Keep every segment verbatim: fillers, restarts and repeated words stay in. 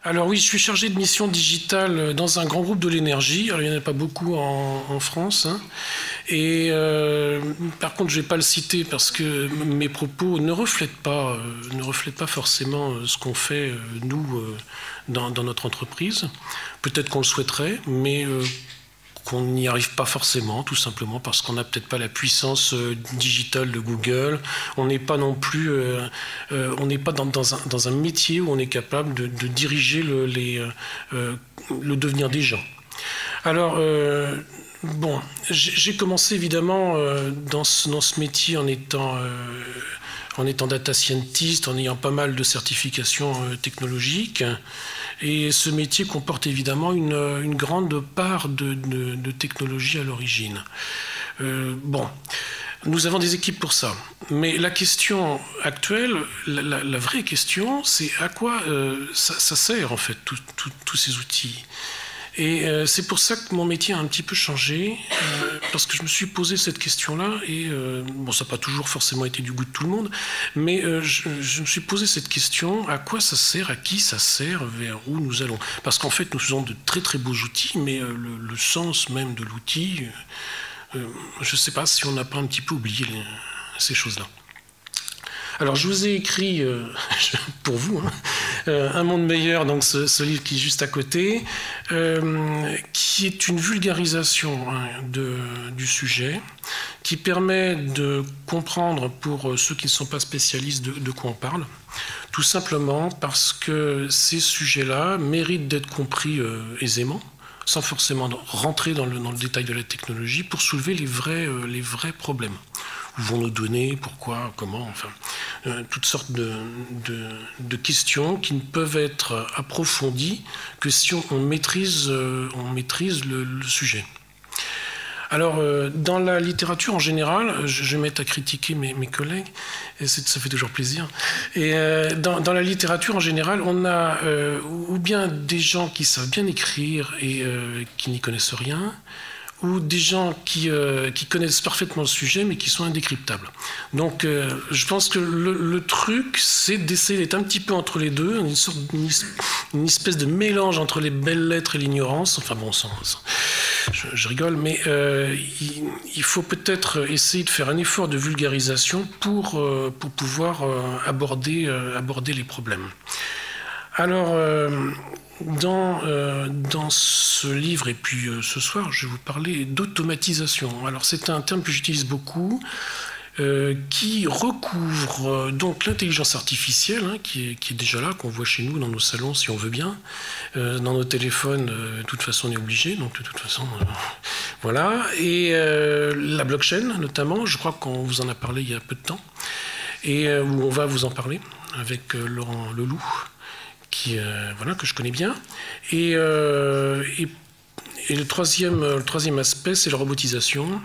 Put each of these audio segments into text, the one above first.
Alors oui, je suis chargé de mission digitale dans un grand groupe de l'énergie. Alors il n'y en a pas beaucoup en, en France. Hein. Et euh, par contre, je ne vais pas le citer parce que mes propos ne reflètent pas, euh, ne reflètent pas forcément ce qu'on fait, euh, nous, euh, dans, dans notre entreprise. Peut-être qu'on le souhaiterait, mais euh, qu'on n'y arrive pas forcément, tout simplement parce qu'on n'a peut-être pas la puissance euh, digitale de Google. On n'est pas non plus, euh, euh, on n'est pas dans, dans, un, dans un métier où on est capable de, de diriger le, les, euh, le devenir des gens. Alors, euh, bon, j'ai commencé évidemment euh, dans, ce, dans ce métier en étant, euh, en étant data scientist, en ayant pas mal de certifications euh, technologiques. Et ce métier comporte évidemment une, une grande part de, de, de technologie à l'origine. Euh, bon, nous avons des équipes pour ça. Mais la question actuelle, la, la, la vraie question, c'est à quoi euh, ça, ça sert en fait, tous ces outils. Et euh, c'est pour ça que mon métier a un petit peu changé, euh, parce que je me suis posé cette question-là, et euh, bon, ça n'a pas toujours forcément été du goût de tout le monde, mais euh, je, je me suis posé cette question, à quoi ça sert, à qui ça sert, vers où nous allons. Parce qu'en fait, nous faisons de très très beaux outils, mais euh, le, le sens même de l'outil, euh, je ne sais pas si on n'a pas un petit peu oublié les, ces choses-là. Alors, je vous ai écrit, euh, pour vous, hein, euh, Un monde meilleur, donc ce, ce livre qui est juste à côté, euh, qui est une vulgarisation hein, de, du sujet, qui permet de comprendre, pour ceux qui ne sont pas spécialistes, de, de quoi on parle, tout simplement parce que ces sujets-là méritent d'être compris euh, aisément, sans forcément rentrer dans le, dans le détail de la technologie, pour soulever les vrais, euh, les vrais problèmes. Où vont nos données, pourquoi, comment, enfin, euh, toutes sortes de, de, de questions qui ne peuvent être approfondies que si on, on maîtrise, euh, on maîtrise le, le sujet. Alors, euh, dans la littérature en général, je, je vais mettre à critiquer mes, mes collègues, et ça fait toujours plaisir. Et euh, dans, dans la littérature en général, on a euh, ou bien des gens qui savent bien écrire et euh, qui n'y connaissent rien, ou des gens qui, euh, qui connaissent parfaitement le sujet, mais qui sont indécryptables. Donc, euh, je pense que le, le truc, c'est d'essayer d'être un petit peu entre les deux, une, sorte, une, une espèce de mélange entre les belles lettres et l'ignorance. Enfin bon, sans, sans, je, je rigole, mais euh, il, il faut peut-être essayer de faire un effort de vulgarisation pour, euh, pour pouvoir euh, aborder, euh, aborder les problèmes. Alors, euh, dans, euh, dans ce livre, et puis euh, ce soir, je vais vous parler d'automatisation. Alors, c'est un terme que j'utilise beaucoup, euh, qui recouvre euh, donc l'intelligence artificielle, hein, qui, est, qui est déjà là, qu'on voit chez nous, dans nos salons, si on veut bien. Euh, dans nos téléphones, euh, de toute façon, on est obligé, donc de toute façon, euh, voilà. Et euh, la blockchain, notamment, je crois qu'on vous en a parlé il y a peu de temps, et euh, où on va vous en parler, avec euh, Laurent Leloup, Qui, euh, voilà, que je connais bien. Et, euh, et, et le, troisième, le troisième aspect, c'est la robotisation,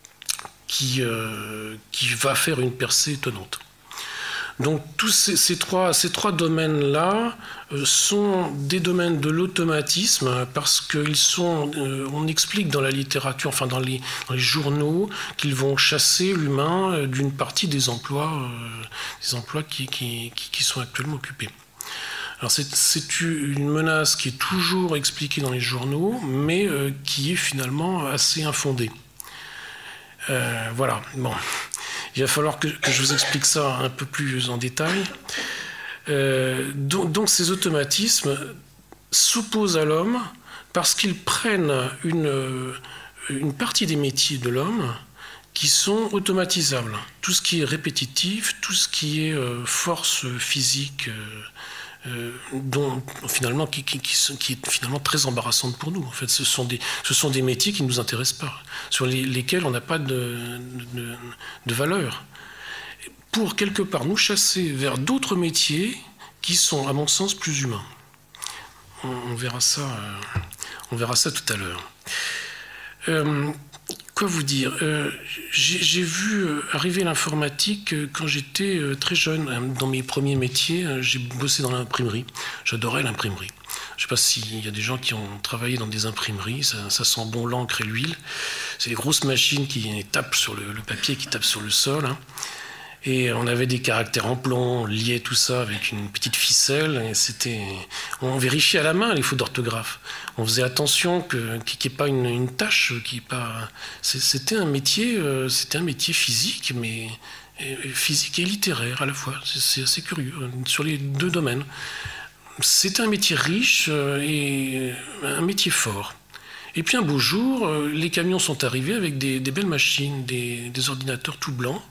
qui, euh, qui va faire une percée étonnante. Donc tous ces, ces, trois, ces trois domaines-là euh, sont des domaines de l'automatisme, parce qu'ils sont, euh, on explique dans la littérature, enfin dans les, dans les journaux, qu'ils vont chasser l'humain euh, d'une partie des emplois, euh, des emplois qui, qui, qui, qui sont actuellement occupés. Alors c'est une menace qui est toujours expliquée dans les journaux, mais euh, qui est finalement assez infondée. Euh, voilà, bon. Il va falloir que, que je vous explique ça un peu plus en détail. Euh, donc, donc ces automatismes s'opposent à l'homme parce qu'ils prennent une, une partie des métiers de l'homme qui sont automatisables. Tout ce qui est répétitif, tout ce qui est euh, force physique, euh, Euh, dont finalement qui, qui, qui, qui est finalement très embarrassante pour nous. En fait, ce sont des, ce sont des métiers qui ne nous intéressent pas, sur les, lesquels on n'a pas de, de, de valeur. Pour quelque part nous chasser vers d'autres métiers qui sont, à mon sens, plus humains. On, on verra ça, euh, on verra ça tout à l'heure. Euh, Quoi vous dire euh, J'ai vu arriver l'informatique quand j'étais très jeune. Dans mes premiers métiers, j'ai bossé dans l'imprimerie. J'adorais l'imprimerie. Je ne sais pas s'il y a des gens qui ont travaillé dans des imprimeries. Ça, ça sent bon l'encre et l'huile. C'est des grosses machines qui tapent sur le, le papier, qui tapent sur le sol. Hein. Et on avait des caractères en plomb, on liait tout ça avec une petite ficelle. Et c'était, on vérifiait à la main les fautes d'orthographe. On faisait attention qu'il n'y ait pas une, une tâche. Qui pas... C'était un métier, c'était un métier physique, mais physique et littéraire à la fois. C'est assez curieux sur les deux domaines. C'était un métier riche et un métier fort. Et puis un beau jour, les camions sont arrivés avec des, des belles machines, des, des ordinateurs tout blancs.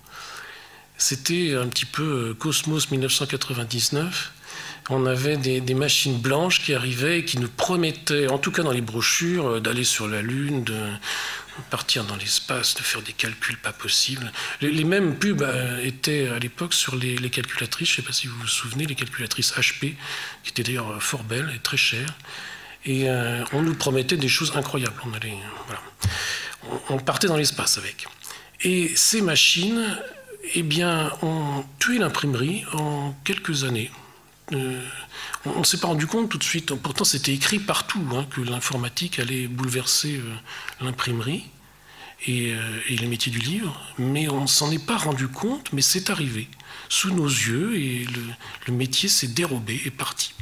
C'était un petit peu Cosmos mille neuf cent quatre-vingt-dix-neuf. On avait des, des machines blanches qui arrivaient et qui nous promettaient, en tout cas dans les brochures, d'aller sur la Lune, de partir dans l'espace, de faire des calculs pas possibles. Les, les mêmes pubs étaient à l'époque sur les, les calculatrices, je ne sais pas si vous vous souvenez, les calculatrices H P, qui étaient d'ailleurs fort belles et très chères. Et euh, on nous promettait des choses incroyables. On, allait, voilà. on, on partait dans l'espace avec. Et ces machines... eh bien, ont tué l'imprimerie en quelques années. Euh, on ne s'est pas rendu compte tout de suite. Pourtant, c'était écrit partout hein, que l'informatique allait bouleverser euh, l'imprimerie et, euh, et les métiers du livre. Mais on ne s'en est pas rendu compte, mais c'est arrivé sous nos yeux et le, le métier s'est dérobé et parti.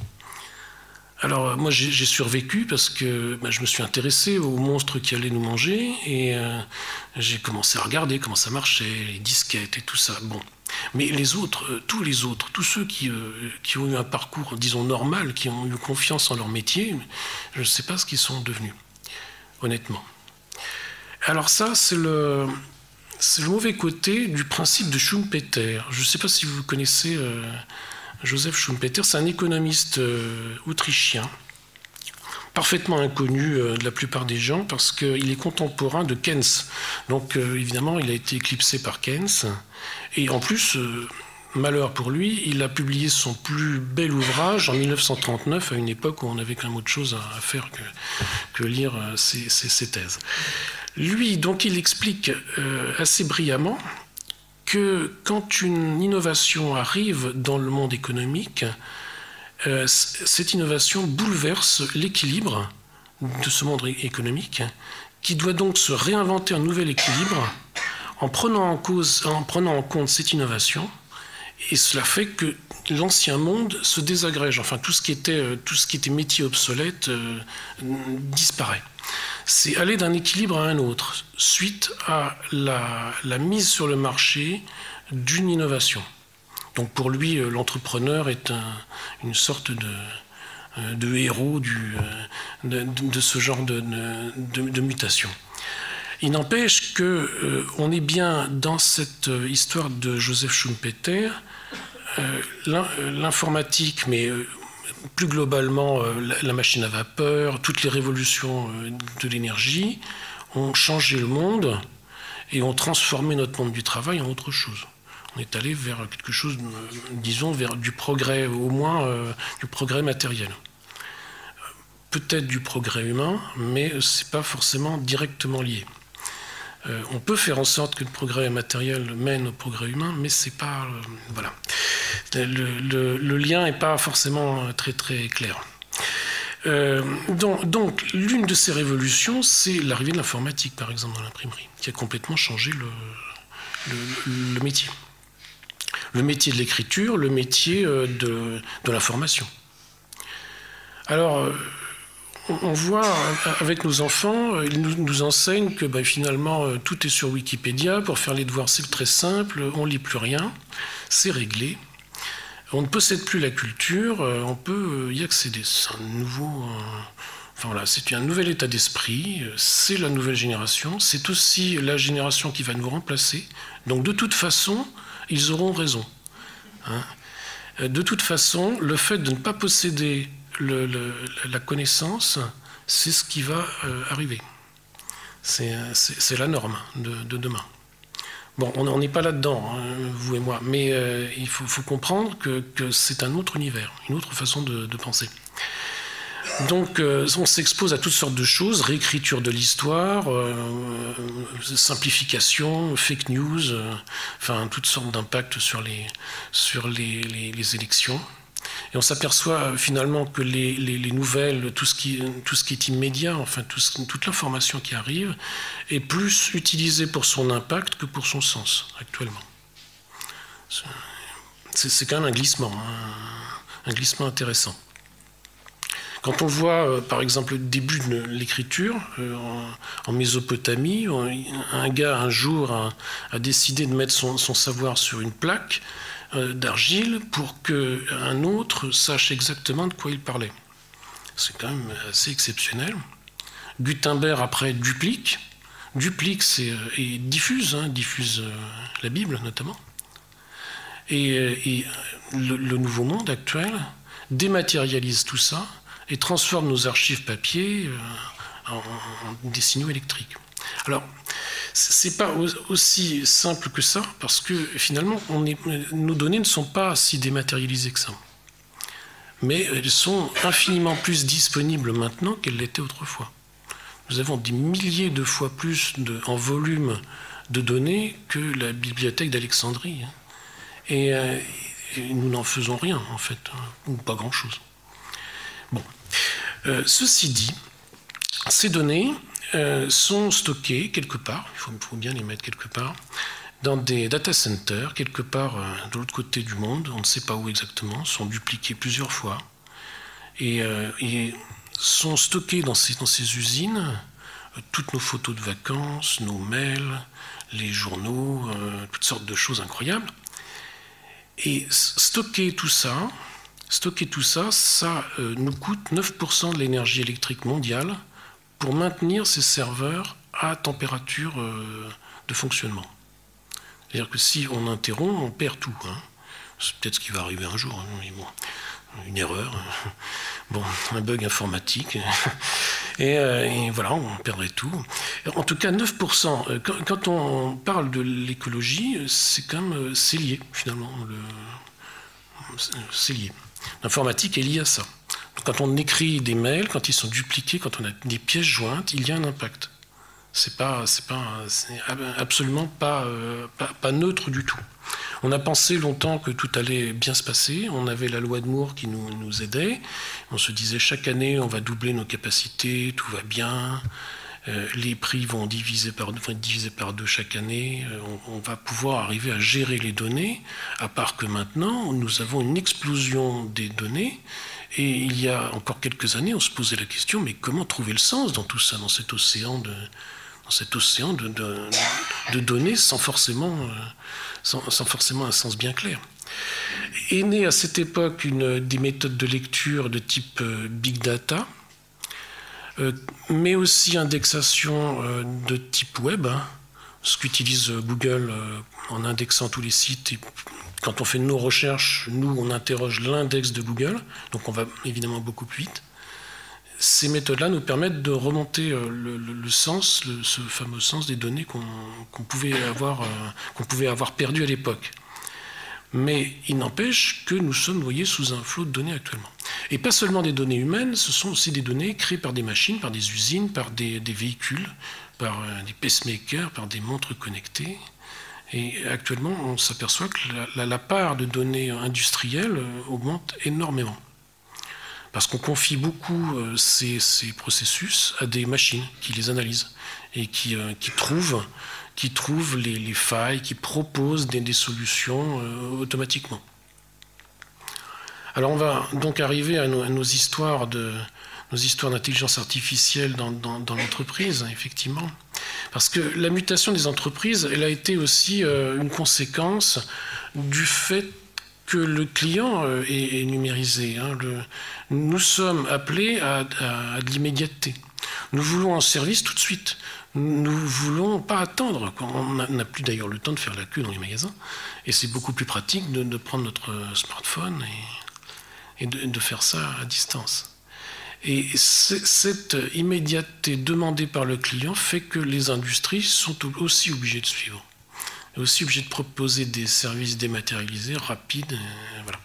Alors moi j'ai survécu parce que bah, je me suis intéressé aux monstres qui allaient nous manger et euh, j'ai commencé à regarder comment ça marchait, les disquettes et tout ça. Bon, mais les autres, euh, tous les autres, tous ceux qui, euh, qui ont eu un parcours, disons, normal, qui ont eu confiance en leur métier, je ne sais pas ce qu'ils sont devenus, honnêtement. Alors ça, c'est le, c'est le mauvais côté du principe de Schumpeter. Je ne sais pas si vous connaissez... Euh, Joseph Schumpeter, c'est un économiste euh, autrichien, parfaitement inconnu euh, de la plupart des gens parce qu'il est contemporain de Keynes. Donc euh, évidemment, il a été éclipsé par Keynes. Et en plus, euh, malheur pour lui, il a publié son plus bel ouvrage en mille neuf cent trente-neuf, à une époque où on avait quand même autre chose à, à faire que, que lire euh, ses, ses, ses thèses. Lui, donc, il explique euh, assez brillamment que quand une innovation arrive dans le monde économique, euh, cette innovation bouleverse l'équilibre de ce monde économique, qui doit donc se réinventer un nouvel équilibre en prenant en, cause, en prenant en compte cette innovation, et cela fait que l'ancien monde se désagrège, enfin tout ce qui était, tout ce qui était métier obsolète euh, disparaît. C'est aller d'un équilibre à un autre, suite à la, la mise sur le marché d'une innovation. Donc pour lui, l'entrepreneur est un, une sorte de, de héros du, de, de ce genre de, de, de mutation. Il n'empêche qu'on euh, est bien dans cette histoire de Joseph Schumpeter, euh, l'informatique, mais... Euh, plus globalement, la machine à vapeur, toutes les révolutions de l'énergie ont changé le monde et ont transformé notre monde du travail en autre chose. On est allé vers quelque chose, disons, vers du progrès, au moins euh, du progrès matériel. Peut-être du progrès humain, mais ce n'est pas forcément directement lié. Euh, on peut faire en sorte que le progrès matériel mène au progrès humain, mais c'est pas... Euh, voilà. Le, le, le lien n'est pas forcément très très clair. Euh, donc, donc l'une de ces révolutions, c'est l'arrivée de l'informatique, par exemple, dans l'imprimerie, qui a complètement changé le, le, le métier. Le métier de l'écriture, le métier de, de l'information. Alors, on voit avec nos enfants, ils nous, nous enseignent que ben, finalement, tout est sur Wikipédia. Pour faire les devoirs, c'est très simple, on ne lit plus rien, c'est réglé. On ne possède plus la culture, on peut y accéder. C'est un nouveau, enfin voilà, c'est un nouvel état d'esprit, c'est la nouvelle génération, c'est aussi la génération qui va nous remplacer. Donc de toute façon, ils auront raison. Hein. De toute façon, le fait de ne pas posséder le, le, la connaissance, c'est ce qui va euh, arriver. C'est la norme de, de demain. Bon, on n'est pas là-dedans, hein, vous et moi, mais euh, il faut, faut comprendre que, que c'est un autre univers, une autre façon de, de penser. Donc, euh, on s'expose à toutes sortes de choses, réécriture de l'histoire, euh, simplification, fake news, euh, enfin, toutes sortes d'impacts sur les, sur les, les, les élections. Et on s'aperçoit finalement que les, les, les nouvelles, tout ce, qui, tout ce qui est immédiat, enfin tout ce, toute l'information qui arrive, est plus utilisée pour son impact que pour son sens actuellement. C'est quand même un glissement, un, un glissement intéressant. Quand on voit, euh, par exemple, le début de l'écriture euh, en, en Mésopotamie, un gars un jour a, a décidé de mettre son, son savoir sur une plaque euh, d'argile pour qu'un autre sache exactement de quoi il parlait. C'est quand même assez exceptionnel. Gutenberg, après, duplique. Duplique c'est, et diffuse, hein, diffuse euh, la Bible, notamment. Et, et le, le Nouveau Monde actuel dématérialise tout ça et transforme nos archives papier euh, en, en des signaux électriques. Alors, c'est pas aussi simple que ça, parce que finalement, on est, nos données ne sont pas si dématérialisées que ça. Mais elles sont infiniment plus disponibles maintenant qu'elles l'étaient autrefois. Nous avons des milliers de fois plus de, en volume de données que la bibliothèque d'Alexandrie. Et, euh, et nous n'en faisons rien, en fait, ou pas grand-chose. Bon. Euh, ceci dit, ces données euh, sont stockées quelque part, il faut, faut bien les mettre quelque part, dans des data centers, quelque part euh, de l'autre côté du monde, on ne sait pas où exactement, sont dupliquées plusieurs fois, et, euh, et sont stockées dans ces, dans ces usines euh, toutes nos photos de vacances, nos mails, les journaux, euh, toutes sortes de choses incroyables. Et stocker tout ça, stocker tout ça, ça euh, nous coûte neuf pour cent de l'énergie électrique mondiale pour maintenir ces serveurs à température euh, de fonctionnement. C'est-à-dire que si on interrompt, on perd tout. Hein. C'est peut-être ce qui va arriver un jour, hein, mais bon, une erreur, bon, un bug informatique, et, euh, et voilà, on perdrait tout. En tout cas, neuf pour cent, quand, quand on parle de l'écologie, c'est quand même, c'est lié, finalement, le, c'est lié. L'informatique est liée à ça. Donc, quand on écrit des mails, quand ils sont dupliqués, quand on a des pièces jointes, il y a un impact. C'est pas, c'est pas, c'est absolument pas, euh, pas, pas neutre du tout. On a pensé longtemps que tout allait bien se passer. On avait la loi de Moore qui nous, nous aidait. On se disait chaque année, on va doubler nos capacités, tout va bien. Euh, les prix vont, diviser par, vont être divisés par deux chaque année. Euh, on, on va pouvoir arriver à gérer les données, à part que maintenant, nous avons une explosion des données. Et il y a encore quelques années, on se posait la question, mais comment trouver le sens dans tout ça, dans cet océan de, dans cet océan de, de, de données sans forcément, euh, sans, sans forcément un sens bien clair. Est née à cette époque une, des méthodes de lecture de type euh, Big Data, euh, mais aussi indexation euh, de type web, hein, ce qu'utilise Google euh, en indexant tous les sites. Et quand on fait nos recherches, nous, on interroge l'index de Google, donc on va évidemment beaucoup plus vite. Ces méthodes-là nous permettent de remonter euh, le, le, le sens, le, ce fameux sens des données qu'on qu'on pouvait avoir, euh, qu'on pouvait avoir perdu à l'époque. Mais il n'empêche que nous sommes noyés sous un flot de données actuellement. Et pas seulement des données humaines, ce sont aussi des données créées par des machines, par des usines, par des, des véhicules, par euh, des pacemakers, par des montres connectées. Et actuellement, on s'aperçoit que la, la, la part de données industrielles euh, augmente énormément. Parce qu'on confie beaucoup euh, ces, ces processus à des machines qui les analysent et qui, euh, qui trouvent, qui trouvent les, les failles, qui proposent des, des solutions euh, automatiquement. Alors on va donc arriver à nos, à nos histoires de, nos histoires d'intelligence artificielle dans, dans, dans l'entreprise, effectivement. Parce que la mutation des entreprises, elle a été aussi euh, une conséquence du fait que le client euh, est, est numérisé. Hein. Le, nous sommes appelés à, à, à de l'immédiateté. Nous voulons un service tout de suite. Nous ne voulons pas attendre. On n'a plus d'ailleurs le temps de faire la queue dans les magasins. Et c'est beaucoup plus pratique de, de prendre notre smartphone et, et de, de faire ça à distance. Et cette immédiateté demandée par le client fait que les industries sont aussi obligées de suivre. Aussi obligées de proposer des services dématérialisés, rapides. Et voilà.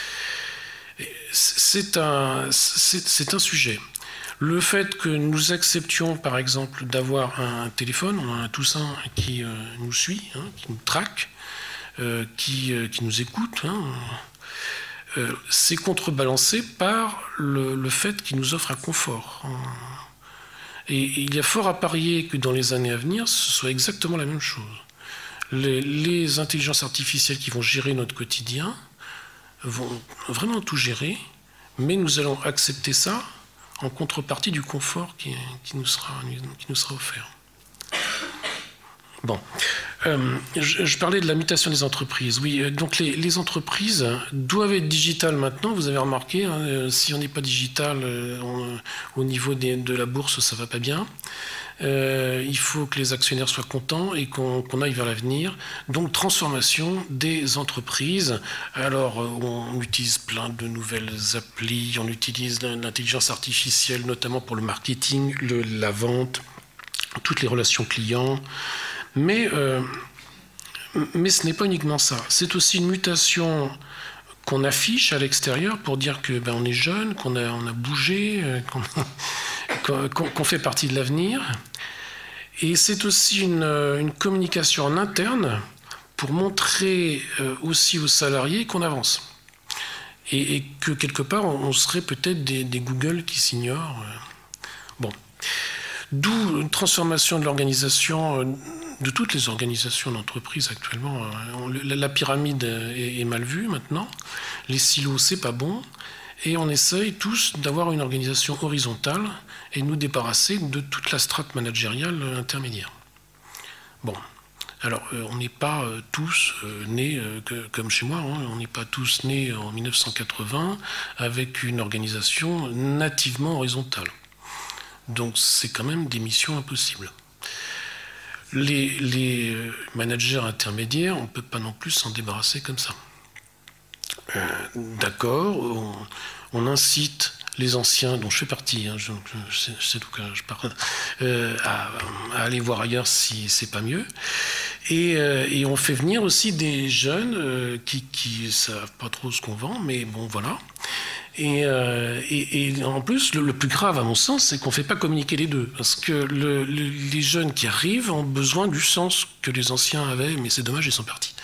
C'est un, c'est, c'est un sujet. Le fait que nous acceptions, par exemple, d'avoir un téléphone, un Toussaint qui euh, nous suit, hein, qui nous traque, euh, qui, euh, qui nous écoute, hein, euh, c'est contrebalancé par le, le fait qu'il nous offre un confort. Et il y a fort à parier que dans les années à venir, ce soit exactement la même chose. Les, les intelligences artificielles qui vont gérer notre quotidien vont vraiment tout gérer, mais nous allons accepter ça en contrepartie du confort qui, qui, nous, sera, qui nous sera offert. Bon, euh, je, je parlais de la mutation des entreprises. Oui, donc les, les entreprises doivent être digitales maintenant. Vous avez remarqué, hein, si on n'est pas digital, on, au niveau des, de la bourse, ça va pas bien. Euh, il faut que les actionnaires soient contents et qu'on qu'on aille vers l'avenir. Donc, transformation des entreprises. Alors, on utilise plein de nouvelles applis, on utilise l'intelligence artificielle, notamment pour le marketing, le, la vente, toutes les relations clients. Mais, euh, mais ce n'est pas uniquement ça. C'est aussi une mutation qu'on affiche à l'extérieur pour dire que ben, on est jeune, qu'on a, on a bougé, qu'on qu'on fait partie de l'avenir. Et c'est aussi une, une communication en interne pour montrer euh, aussi aux salariés qu'on avance. Et, et que quelque part, on, on serait peut-être des, des Google qui s'ignorent. Bon. D'où une transformation de l'organisation, de toutes les organisations d'entreprise actuellement. La pyramide est mal vue maintenant, les silos, c'est pas bon, et on essaye tous d'avoir une organisation horizontale et nous débarrasser de toute la strate managériale intermédiaire. Bon, alors on n'est pas tous nés comme chez moi, hein, on n'est pas tous nés en mille neuf cent quatre-vingts avec une organisation nativement horizontale. Donc c'est quand même des missions impossibles. Les, les managers intermédiaires, on ne peut pas non plus s'en débarrasser comme ça. Euh, D'accord, on, on incite les anciens, dont je fais partie, hein, je, je, sais, je sais d'où je parle, euh, à, à aller voir ailleurs si c'est pas mieux. Et, euh, et on fait venir aussi des jeunes euh, qui ne savent pas trop ce qu'on vend, mais bon voilà. Et, euh, et, et en plus, le, le plus grave à mon sens, c'est qu'on ne fait pas communiquer les deux. Parce que le, le, les jeunes qui arrivent ont besoin du sens que les anciens avaient, mais c'est dommage, ils sont partis.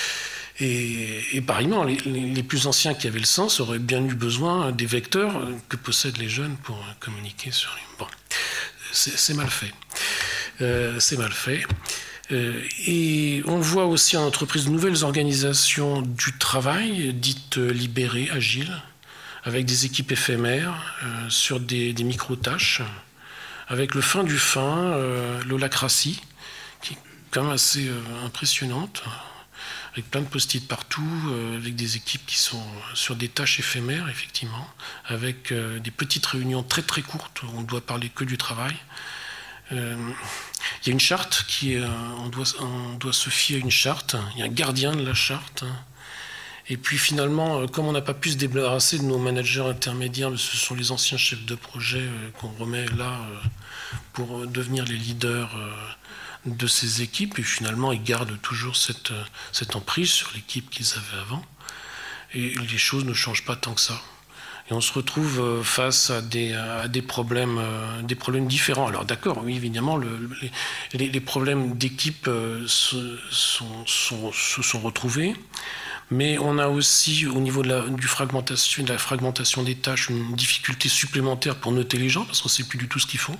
Et, et pareillement, les, les, les plus anciens qui avaient le sens auraient bien eu besoin des vecteurs que possèdent les jeunes pour communiquer sur les... Bon, c'est mal fait. Euh, c'est mal fait. Euh, et on voit aussi en entreprise de nouvelles organisations du travail, dites libérées, agiles, avec des équipes éphémères, euh, sur des, des micro-tâches, avec le fin du fin, euh, l'holacratie, qui est quand même assez euh, impressionnante, avec plein de post-it partout, euh, avec des équipes qui sont sur des tâches éphémères, effectivement, avec euh, des petites réunions très très courtes, où on ne doit parler que du travail. Euh, il y a une charte, qui est, euh, on, doit, on doit se fier à une charte, il y a un gardien de la charte. Et puis finalement, comme on n'a pas pu se débarrasser de nos managers intermédiaires, ce sont les anciens chefs de projet qu'on remet là pour devenir les leaders de ces équipes. Et finalement, ils gardent toujours cette, cette emprise sur l'équipe qu'ils avaient avant. Et les choses ne changent pas tant que ça. Et on se retrouve face à des, à des, problèmes, des problèmes différents. Alors d'accord, oui, évidemment, le, les, les problèmes d'équipe se sont, sont, se sont retrouvés. Mais on a aussi, au niveau de la, du fragmentation, de la fragmentation des tâches, une difficulté supplémentaire pour noter les gens, parce qu'on ne sait plus du tout ce qu'ils font.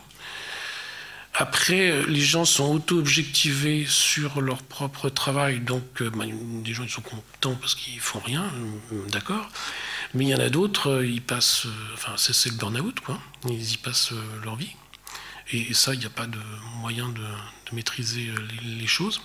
Après, les gens sont auto-objectivés sur leur propre travail, donc bah, des gens ils sont contents parce qu'ils ne font rien, d'accord. Mais il y en a d'autres, ils passent, enfin c'est le burn-out, quoi. Ils y passent leur vie. Et ça, il n'y a pas de moyen de, de maîtriser les, les choses.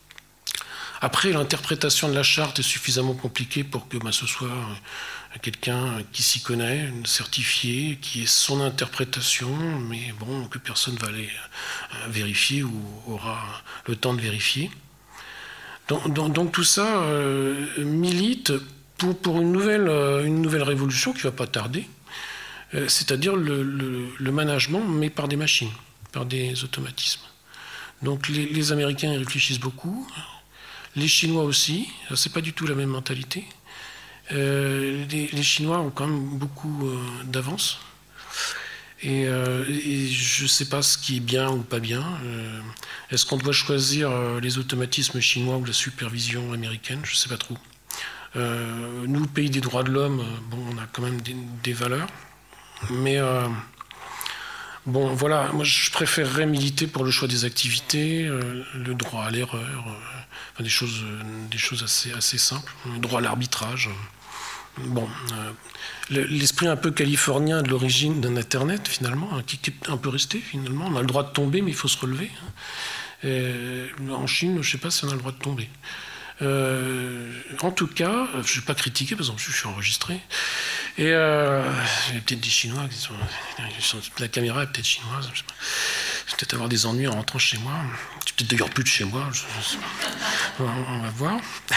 Après, l'interprétation de la charte est suffisamment compliquée pour que bah, ce soit quelqu'un qui s'y connaît, certifié, qui ait son interprétation, mais bon, que personne ne va aller vérifier ou aura le temps de vérifier. Donc, donc, donc tout ça euh, milite pour, pour une, nouvelle, une nouvelle révolution qui ne va pas tarder, euh, c'est-à-dire le, le, le management, mais par des machines, par des automatismes. Donc les, les Américains y réfléchissent beaucoup. Les Chinois aussi, c'est pas du tout la même mentalité. Euh, les, les Chinois ont quand même beaucoup euh, d'avance. Et, euh, et je ne sais pas ce qui est bien ou pas bien. Euh, Est-ce qu'on doit choisir euh, les automatismes chinois ou la supervision américaine? Je ne sais pas trop. Euh, nous, pays des droits de l'homme, bon, on a quand même des, des valeurs. Mais euh, Bon, voilà, moi je préférerais militer pour le choix des activités, euh, le droit à l'erreur, euh, enfin, des choses, euh, des choses assez, assez simples, le droit à l'arbitrage. Bon, euh, l'esprit un peu californien de l'origine d'un Internet, finalement, hein, qui est un peu resté, finalement. On a le droit de tomber, mais il faut se relever. Hein. Et en Chine, je ne sais pas si on a le droit de tomber. Euh, en tout cas, je ne vais pas critiquer, parce que je suis enregistré. Et euh, il y a peut-être des Chinois qui sont, la caméra est peut-être chinoise. Je, sais pas. Je vais peut-être avoir des ennuis en rentrant chez moi. C'est peut-être d'ailleurs plus de chez moi. Je, je sais pas. On, on va voir.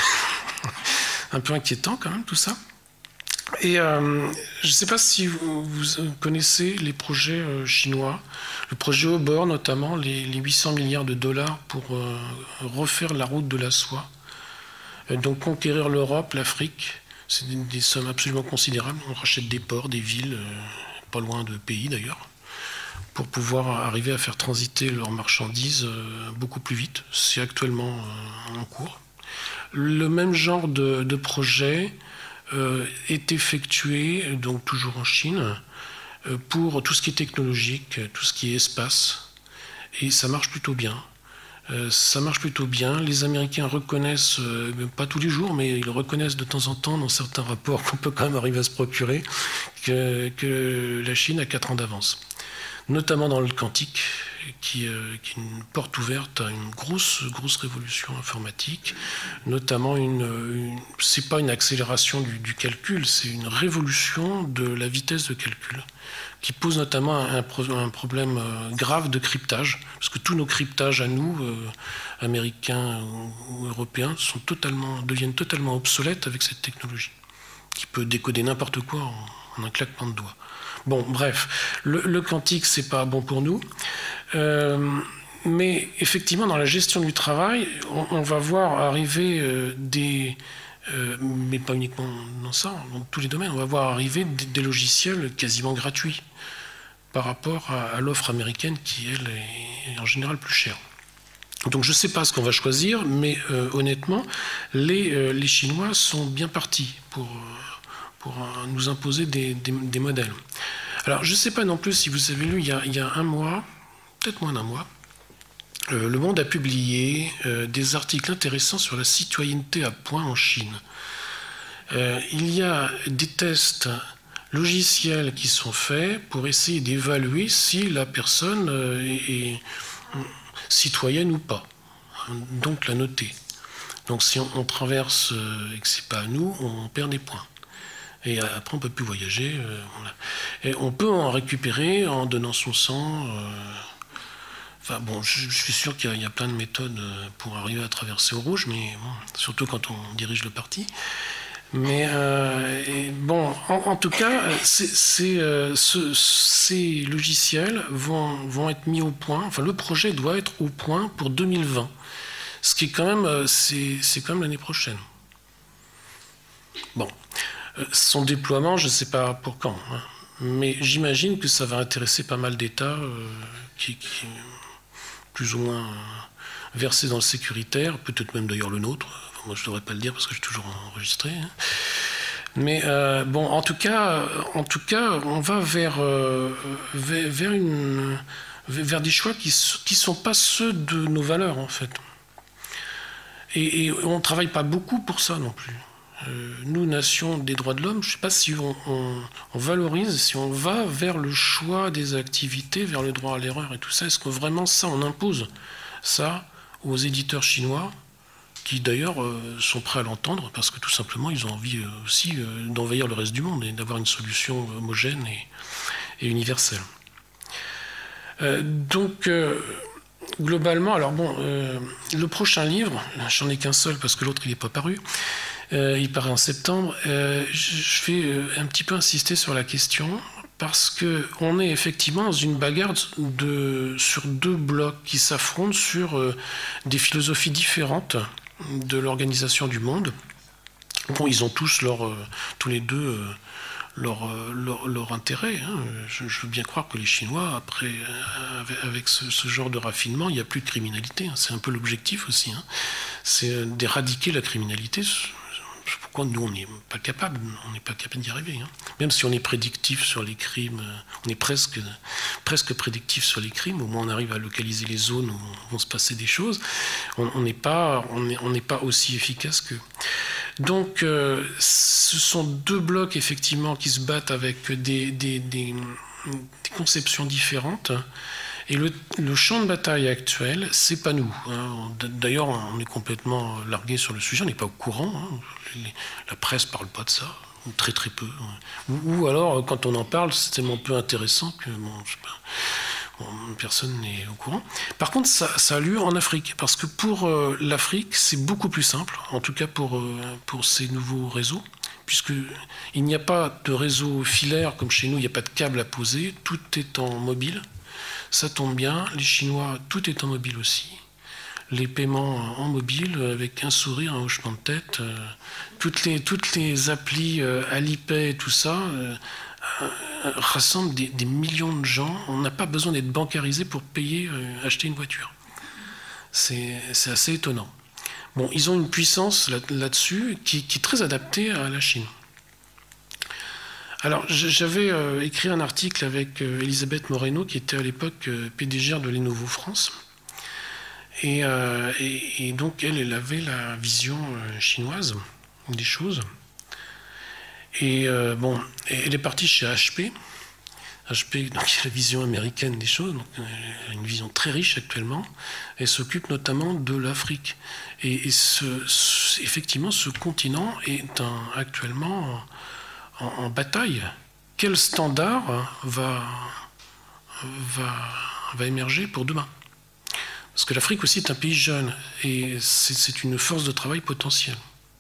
Un peu inquiétant quand même tout ça. Et euh, je ne sais pas si vous, vous connaissez les projets euh, chinois, le projet au bord notamment, les, les huit cents milliards de dollars pour euh, refaire la route de la soie. Euh, donc conquérir l'Europe, l'Afrique. C'est des, des sommes absolument considérables. On rachète des ports, des villes, euh, pas loin de pays d'ailleurs, pour pouvoir arriver à faire transiter leurs marchandises euh, beaucoup plus vite. C'est actuellement euh, en cours. Le même genre de, de projet euh, est effectué, donc toujours en Chine, euh, pour tout ce qui est technologique, tout ce qui est espace. Et ça marche plutôt bien. Euh, ça marche plutôt bien. Les Américains reconnaissent, euh, pas tous les jours, mais ils reconnaissent de temps en temps dans certains rapports qu'on peut quand même arriver à se procurer, que, que la Chine a quatre ans d'avance. Notamment dans le quantique, qui, euh, qui est une porte ouverte à une grosse, grosse révolution informatique, notamment une, une c'est pas une accélération du, du calcul, c'est une révolution de la vitesse de calcul, qui pose notamment un, un problème grave de cryptage, parce que tous nos cryptages à nous, euh, américains ou, ou européens, sont totalement, deviennent totalement obsolètes avec cette technologie, qui peut décoder n'importe quoi en, en un claquement de doigts. Bon, bref, le, le quantique, c'est pas bon pour nous. Euh, mais effectivement, dans la gestion du travail, on, on va voir arriver euh, des... Euh, mais pas uniquement dans ça, dans tous les domaines, on va voir arriver des, des logiciels quasiment gratuits par rapport à, à l'offre américaine qui, elle, est en général plus chère. Donc je ne sais pas ce qu'on va choisir, mais euh, honnêtement, les, euh, les Chinois sont bien partis pour... pour nous imposer des, des, des modèles. Alors, je ne sais pas non plus si vous avez lu, il y a, il y a un mois, peut-être moins d'un mois, euh, Le Monde a publié euh, des articles intéressants sur la citoyenneté à point en Chine. Euh, il y a des tests logiciels qui sont faits pour essayer d'évaluer si la personne euh, est, est citoyenne ou pas, donc la noter. Donc, si on, on traverse euh, et que ce n'est pas à nous, on perd des points. Et après, on ne peut plus voyager. Euh, voilà. Et on peut en récupérer en donnant son sang. Euh, enfin, bon, je, je suis sûr qu'il y, y a plein de méthodes pour arriver à traverser au rouge, mais bon, surtout quand on dirige le parti. Mais euh, et bon, en, en tout cas, c'est, c'est, euh, ce, ces logiciels vont, vont être mis au point. Enfin, le projet doit être au point pour deux mille vingt. Ce qui est quand même, c'est, c'est quand même l'année prochaine. Bon. Son déploiement, je ne sais pas pour quand, hein, mais j'imagine que ça va intéresser pas mal d'États euh, qui, qui plus ou moins euh, versés dans le sécuritaire, peut-être même d'ailleurs le nôtre. Enfin, moi, je ne devrais pas le dire parce que je suis toujours enregistré. Hein. Mais euh, bon, en tout cas, en tout cas, on va vers, euh, vers, vers, une, vers des choix qui ne sont pas ceux de nos valeurs, en fait. Et, et on ne travaille pas beaucoup pour ça non plus. Euh, nous, nation des droits de l'homme, je ne sais pas si on, on, on valorise, si on va vers le choix des activités, vers le droit à l'erreur et tout ça. Est-ce que vraiment ça, on impose ça aux éditeurs chinois, qui d'ailleurs euh, sont prêts à l'entendre, parce que tout simplement, ils ont envie euh, aussi euh, d'envahir le reste du monde et d'avoir une solution homogène et, et universelle. Euh, donc... Euh, Globalement, alors bon, euh, le prochain livre, j'en ai qu'un seul parce que l'autre il n'est pas paru, euh, il paraît en septembre, euh, je vais euh, un petit peu insister sur la question parce qu'on est effectivement dans une bagarre de, sur deux blocs qui s'affrontent sur euh, des philosophies différentes de l'organisation du monde. Bon, ils ont tous leur, euh, tous les deux... Euh, Leur, leur, leur intérêt. Hein. Je, je veux bien croire que les Chinois, après, avec, avec ce, ce genre de raffinement, il n'y a plus de criminalité. Hein. C'est un peu l'objectif aussi. Hein. C'est d'éradiquer la criminalité Pourquoi nous, on n'est pas capable, on n'est pas capable d'y arriver. Hein. Même si on est prédictif sur les crimes, on est presque, presque prédictif sur les crimes, au moins on arrive à localiser les zones où vont se passer des choses, on n'est pas, on est, on n'est pas aussi efficace qu'eux. Donc, euh, ce sont deux blocs, effectivement, qui se battent avec des, des, des, des conceptions différentes. Et le, le champ de bataille actuel, c'est pas nous. Hein. D'ailleurs, on est complètement largué sur le sujet, on n'est pas au courant. Hein. Les, la presse parle pas de ça, ou très très peu. Ou, ou alors, quand on en parle, c'est tellement peu intéressant que bon, je sais pas, bon, personne n'est au courant. Par contre, ça, ça a lieu en Afrique, parce que pour euh, l'Afrique, c'est beaucoup plus simple, en tout cas pour, euh, pour ces nouveaux réseaux, puisqu'il n'y a pas de réseau filaire comme chez nous, il n'y a pas de câble à poser, tout est en mobile. Ça tombe bien, les Chinois, tout est en mobile aussi. Les paiements en mobile, avec un sourire, un hochement de tête, euh, toutes, les, toutes les applis euh, Alipay et tout ça euh, euh, rassemblent des, des millions de gens. On n'a pas besoin d'être bancarisé pour payer, euh, acheter une voiture. C'est assez étonnant. Bon, ils ont une puissance là, là-dessus qui, qui est très adaptée à la Chine. Alors, j'avais euh, écrit un article avec euh, Elisabeth Moreno, qui était à l'époque euh, P D G de Lenovo France. Et, euh, et, et donc, elle, elle avait la vision euh, chinoise des choses. Et euh, bon, elle est partie chez H P. H P, donc, il a la vision américaine des choses, donc, elle a une vision très riche actuellement. Elle s'occupe notamment de l'Afrique. Et, et ce, ce, effectivement, ce continent est un, actuellement en, en bataille. Quel standard va, va, va émerger pour demain? Parce que l'Afrique aussi est un pays jeune et c'est une force de travail potentielle.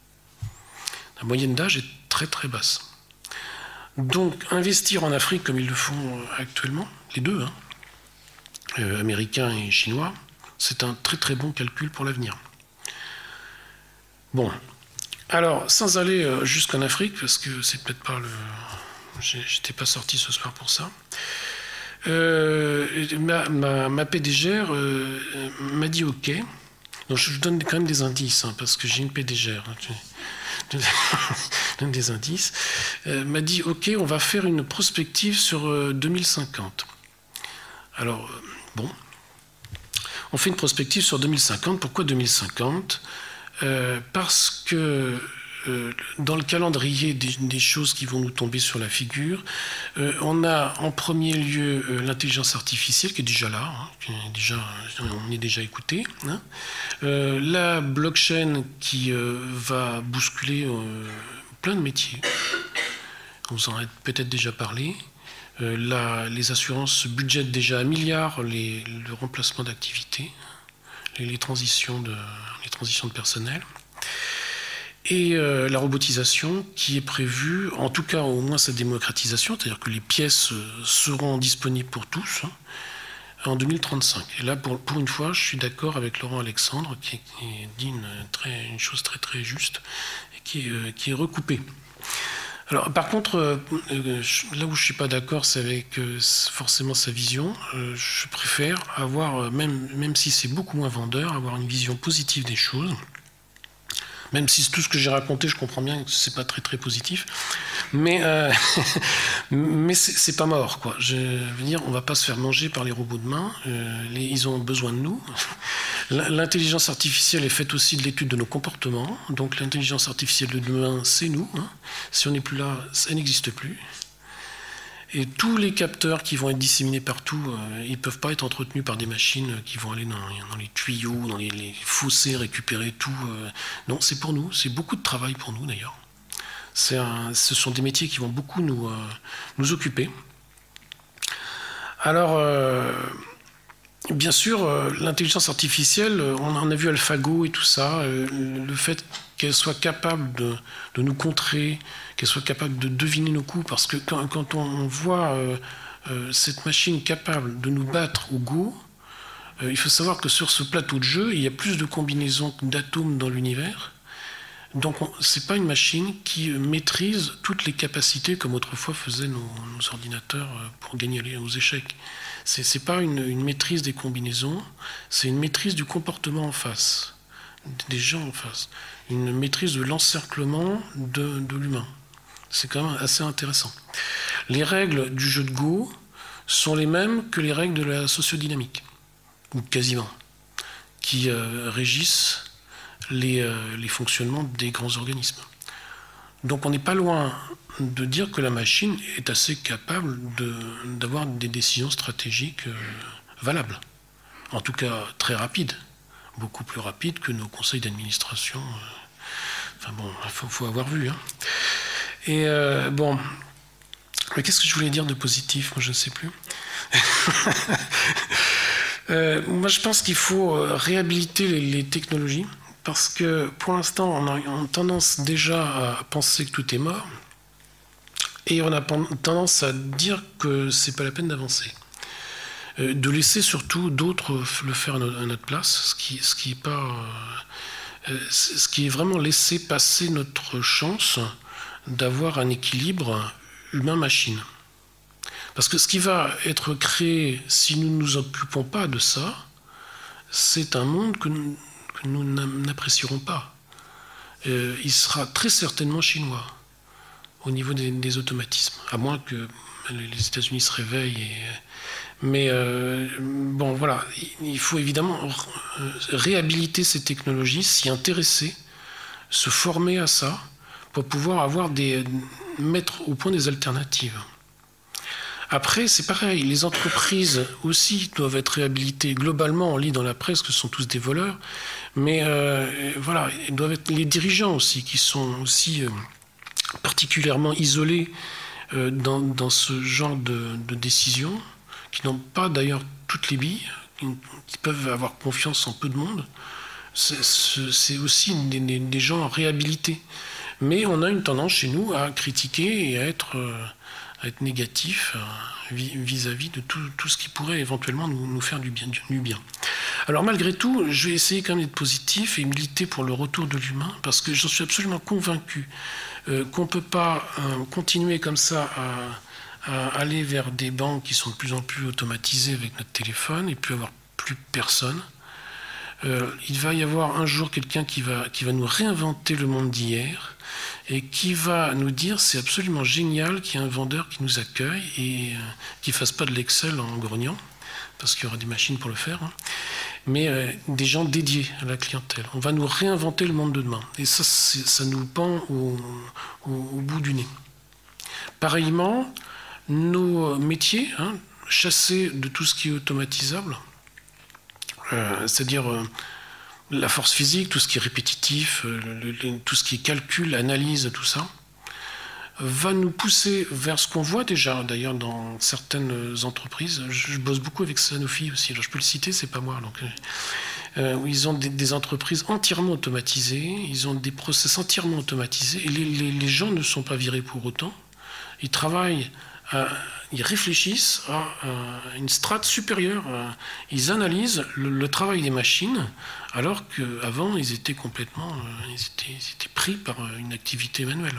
La moyenne d'âge est très très basse. Donc investir en Afrique comme ils le font actuellement, les deux, hein, euh, américains et chinois, c'est un très très bon calcul pour l'avenir. Bon, alors sans aller jusqu'en Afrique, parce que c'est peut-être pas le... J'étais pas sorti ce soir pour ça. Euh, ma, ma, ma P D G euh, m'a dit OK. Donc je vous donne quand même des indices, hein, parce que j'ai une P D G. Hein, donne des indices. Euh, m'a dit OK, on va faire une prospective sur euh, deux mille cinquante. Alors, euh, bon. On fait une prospective sur deux mille cinquante. Pourquoi deux mille cinquante? euh, Parce que euh, dans le calendrier des, des choses qui vont nous tomber sur la figure, euh, on a en premier lieu euh, l'intelligence artificielle qui est déjà là, hein, qui est déjà, on est déjà écouté. Hein, euh, la blockchain qui euh, va bousculer euh, plein de métiers. On vous en a peut-être déjà parlé. Euh, la, les assurances budgètent déjà un milliard les, le remplacement d'activités, les, les, transitions de, les transitions de personnel. Et euh, la robotisation qui est prévue, en tout cas au moins sa démocratisation, c'est-à-dire que les pièces seront disponibles pour tous hein, en deux mille trente-cinq. Et là, pour, pour une fois, je suis d'accord avec Laurent Alexandre qui, qui dit une, très, une chose très très juste et qui, euh, qui est recoupée. Alors, par contre, euh, là où je ne suis pas d'accord, c'est avec euh, forcément sa vision. Euh, je préfère avoir, même, même si c'est beaucoup moins vendeur, avoir une vision positive des choses. Même si tout ce que j'ai raconté, je comprends bien que c'est pas très très positif, mais euh, mais c'est pas mort quoi. Je veux dire, on va pas se faire manger par les robots demain. Euh, les, ils ont besoin de nous. L'intelligence artificielle est faite aussi de l'étude de nos comportements. Donc l'intelligence artificielle de demain, c'est nous. Hein. Si on n'est plus là, ça n'existe plus. Et tous les capteurs qui vont être disséminés partout, euh, ils ne peuvent pas être entretenus par des machines qui vont aller dans, dans les tuyaux, dans les, les fossés, récupérer tout. Euh. Non, c'est pour nous. C'est beaucoup de travail pour nous, d'ailleurs. Ce sont des métiers qui vont beaucoup nous, euh, nous occuper. Alors, euh, bien sûr, euh, l'intelligence artificielle, on en a vu AlphaGo et tout ça, euh, le fait qu'elle soit capable de, de nous contrer, qu'elle soit capable de deviner nos coups, parce que quand, quand on voit euh, euh, cette machine capable de nous battre au Go, euh, il faut savoir que sur ce plateau de jeu, il y a plus de combinaisons d'atomes dans l'univers. Donc ce n'est pas une machine qui maîtrise toutes les capacités comme autrefois faisaient nos, nos ordinateurs pour gagner aux échecs. Ce n'est pas une, une maîtrise des combinaisons, c'est une maîtrise du comportement en face. des gens en face, une maîtrise de l'encerclement de, de l'humain. C'est quand même assez intéressant. Les règles du jeu de Go sont les mêmes que les règles de la sociodynamique, ou quasiment, qui euh, régissent les, euh, les fonctionnements des grands organismes. Donc on n'est pas loin de dire que la machine est assez capable de, d'avoir des décisions stratégiques euh, valables. En tout cas, très rapides. Beaucoup plus rapides que nos conseils d'administration. Euh, enfin bon, il faut, faut avoir vu. Hein. Et euh, bon, mais qu'est-ce que je voulais dire de positif? Moi, je ne sais plus. euh, moi, je pense qu'il faut réhabiliter les, les technologies. Parce que pour l'instant, on a, on a tendance déjà à penser que tout est mort. Et on a tendance à dire que c'est pas la peine d'avancer. Euh, de laisser surtout d'autres le faire à notre place, ce qui, ce qui est pas, euh, ce qui est vraiment laisser passer notre chance d'avoir un équilibre humain-machine. Parce que ce qui va être créé si nous ne nous occupons pas de ça, c'est un monde que nous, que nous n'apprécierons pas. Euh, il sera très certainement chinois au niveau des, des automatismes, à moins que les États-Unis se réveillent. Et, mais euh, bon, voilà, il faut évidemment réhabiliter ces technologies, s'y intéresser, se former à ça, pour pouvoir avoir des, mettre au point des alternatives. Après, c'est pareil, les entreprises aussi doivent être réhabilitées. Globalement, on lit dans la presse que ce sont tous des voleurs, mais euh, voilà, ils doivent être les dirigeants aussi, qui sont aussi euh, particulièrement isolés euh, dans, dans ce genre de, de décisions, qui n'ont pas d'ailleurs toutes les billes, qui, qui peuvent avoir confiance en peu de monde. C'est, c'est aussi des, des, des gens réhabilités. Mais on a une tendance chez nous à critiquer et à être... Euh, à être négatif vis-à-vis de tout, tout ce qui pourrait éventuellement nous, nous faire du bien, du bien. Alors malgré tout, je vais essayer quand même d'être positif et militer pour le retour de l'humain, parce que j'en suis absolument convaincu euh, qu'on ne peut pas euh, continuer comme ça à, à aller vers des banques qui sont de plus en plus automatisées avec notre téléphone et puis avoir plus personne. Euh, il va y avoir un jour quelqu'un qui va, qui va nous réinventer le monde d'hier, et qui va nous dire c'est absolument génial qu'il y ait un vendeur qui nous accueille et euh, qui ne fasse pas de l'Excel en grognant, parce qu'il y aura des machines pour le faire, hein, mais euh, des gens dédiés à la clientèle. On va nous réinventer le monde de demain. Et ça, ça nous pend au, au, au bout du nez. Pareillement, nos métiers, hein, chassés de tout ce qui est automatisable, euh, c'est-à-dire... Euh, la force physique, tout ce qui est répétitif, le, le, tout ce qui est calcul, analyse, tout ça, va nous pousser vers ce qu'on voit déjà, d'ailleurs, dans certaines entreprises. Je bosse beaucoup avec Sanofi aussi, alors je peux le citer, c'est pas moi. Donc, euh, ils ont des, des entreprises entièrement automatisées, ils ont des process entièrement automatisés, et les, les, les gens ne sont pas virés pour autant. Ils travaillent, à, ils réfléchissent à, à une strate supérieure, à, ils analysent le, le travail des machines, alors qu'avant, ils étaient complètement ils étaient, ils étaient pris par une activité manuelle.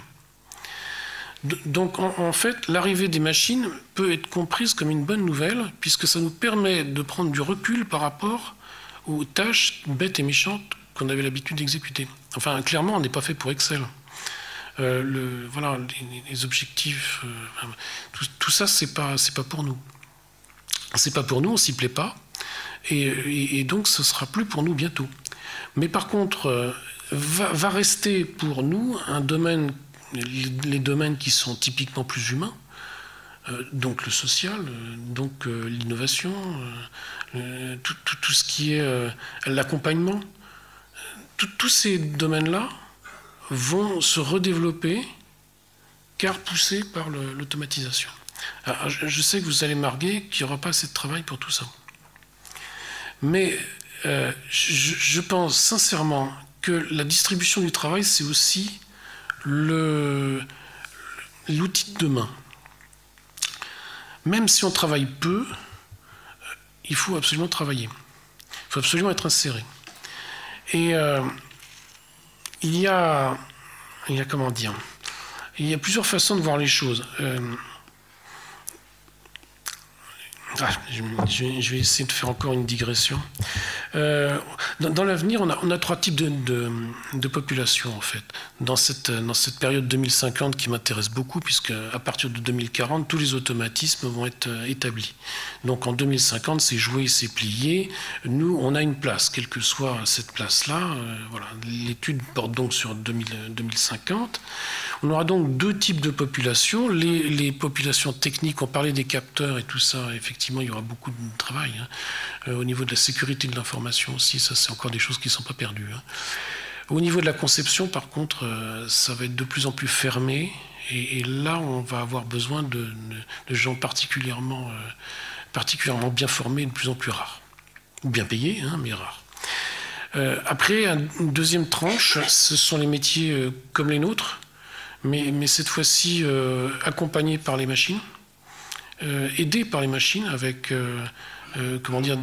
Donc, en, en fait, l'arrivée des machines peut être comprise comme une bonne nouvelle, puisque ça nous permet de prendre du recul par rapport aux tâches bêtes et méchantes qu'on avait l'habitude d'exécuter. Enfin, clairement, on n'est pas fait pour Excel. Euh, le, voilà, les, les objectifs, euh, tout, tout ça, c'est pas, c'est pas pour nous. C'est pas pour nous, on s'y plaît pas. Et, et, et donc, ce sera plus pour nous bientôt. Mais par contre, euh, va, va rester pour nous un domaine, les, les domaines qui sont typiquement plus humains, euh, donc le social, euh, donc euh, l'innovation, euh, tout, tout, tout ce qui est euh, l'accompagnement. Tous ces domaines-là vont se redévelopper car poussés par le, l'automatisation. Alors, je, je sais que vous allez m'arguer qu'il n'y aura pas assez de travail pour tout ça. Mais euh, je, je pense sincèrement que la distribution du travail, c'est aussi le, l'outil de demain. Même si on travaille peu, il faut absolument travailler. Il faut absolument être inséré. Et euh, il y a, il y a comment dire, il y a plusieurs façons de voir les choses. Euh, ah, je, je, vais, je vais essayer de faire encore une digression. Euh, dans dans l'avenir, on a, on a trois types de, de, de populations, en fait. Dans cette, dans cette période deux mille cinquante qui m'intéresse beaucoup, puisque à partir de deux mille quarante, tous les automatismes vont être établis. Donc en deux mille cinquante, c'est joué, c'est plié. Nous, on a une place, quelle que soit cette place-là. Euh, voilà. L'étude porte donc sur deux mille, deux mille cinquante. On aura donc deux types de populations. Les, les populations techniques, on parlait des capteurs et tout ça, effectivement, il y aura beaucoup de travail. Hein. Euh, au niveau de la sécurité de l'information aussi, ça c'est encore des choses qui ne sont pas perdues. Hein. Au niveau de la conception, par contre, euh, ça va être de plus en plus fermé. Et, et là, on va avoir besoin de, de, de gens particulièrement, euh, particulièrement bien formés et de plus en plus rares. Ou bien payés, hein, mais rares. Euh, après, une deuxième tranche, ce sont les métiers euh, comme les nôtres, mais, mais cette fois-ci euh, accompagnés par les machines, euh, aidés par les machines avec, euh, euh, comment dire,